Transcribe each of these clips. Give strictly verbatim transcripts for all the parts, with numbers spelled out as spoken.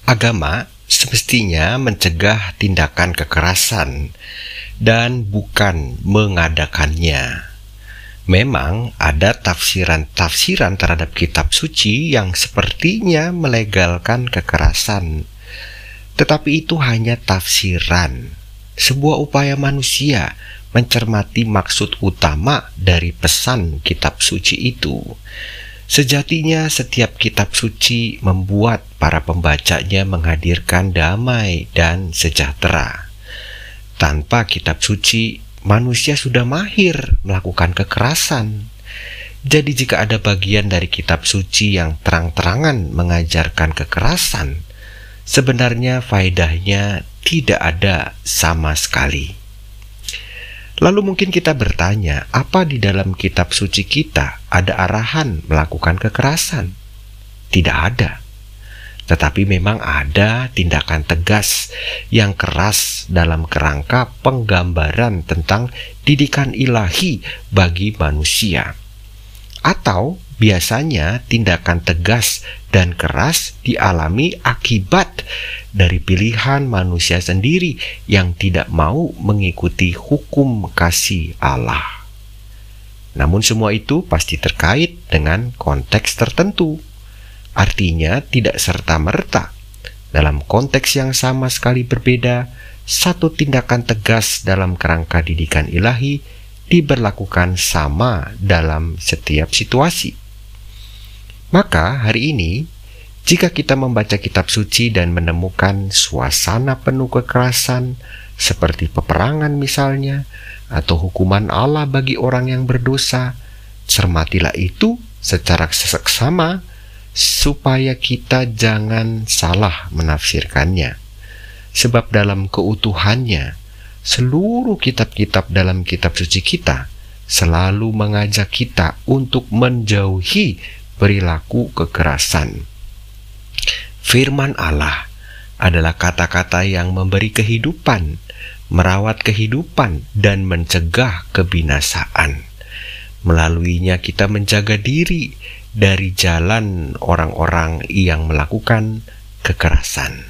Agama semestinya mencegah tindakan kekerasan dan bukan mengadakannya. Memang ada tafsiran-tafsiran terhadap kitab suci yang sepertinya melegalkan kekerasan. Tetapi itu hanya tafsiran, sebuah upaya manusia mencermati maksud utama dari pesan kitab suci itu. Sejatinya setiap kitab suci membuat para pembacanya menghadirkan damai dan sejahtera. Tanpa kitab suci, manusia sudah mahir melakukan kekerasan. Jadi jika ada bagian dari kitab suci yang terang-terangan mengajarkan kekerasan, sebenarnya faedahnya tidak ada sama sekali. Lalu mungkin kita bertanya, apa di dalam kitab suci kita ada arahan melakukan kekerasan? Tidak ada. Tetapi memang ada tindakan tegas yang keras dalam kerangka penggambaran tentang didikan ilahi bagi manusia. Atau biasanya tindakan tegas dan keras dialami akibat dari pilihan manusia sendiri yang tidak mau mengikuti hukum kasih Allah. Namun semua itu pasti terkait dengan konteks tertentu. Artinya tidak serta-merta dalam konteks yang sama sekali berbeda, satu tindakan tegas dalam kerangka didikan ilahi diberlakukan sama dalam setiap situasi. Maka hari ini, jika kita membaca kitab suci dan menemukan suasana penuh kekerasan, seperti peperangan misalnya, atau hukuman Allah bagi orang yang berdosa, cermatilah itu secara seksama, supaya kita jangan salah menafsirkannya. Sebab dalam keutuhannya, seluruh kitab-kitab dalam kitab suci kita selalu mengajak kita untuk menjauhi perilaku kekerasan. Firman Allah adalah kata-kata yang memberi kehidupan, merawat kehidupan, dan mencegah kebinasaan. Melaluinya kita menjaga diri dari jalan orang-orang yang melakukan kekerasan.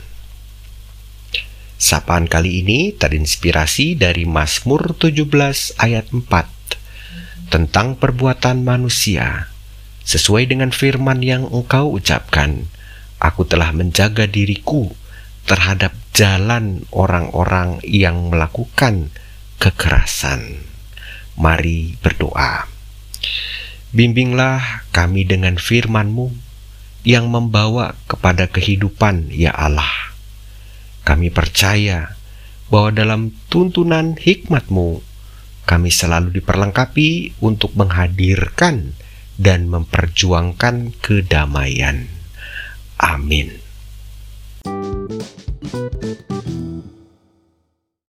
Sapaan kali ini terinspirasi dari Mazmur tujuh belas ayat empat tentang perbuatan manusia. Sesuai dengan firman yang engkau ucapkan, aku telah menjaga diriku terhadap jalan orang-orang yang melakukan kekerasan. Mari berdoa. Bimbinglah kami dengan firman-Mu yang membawa kepada kehidupan, ya Allah. Kami percaya bahwa dalam tuntunan hikmat-Mu, kami selalu diperlengkapi untuk menghadirkan dan memperjuangkan kedamaian. Amin.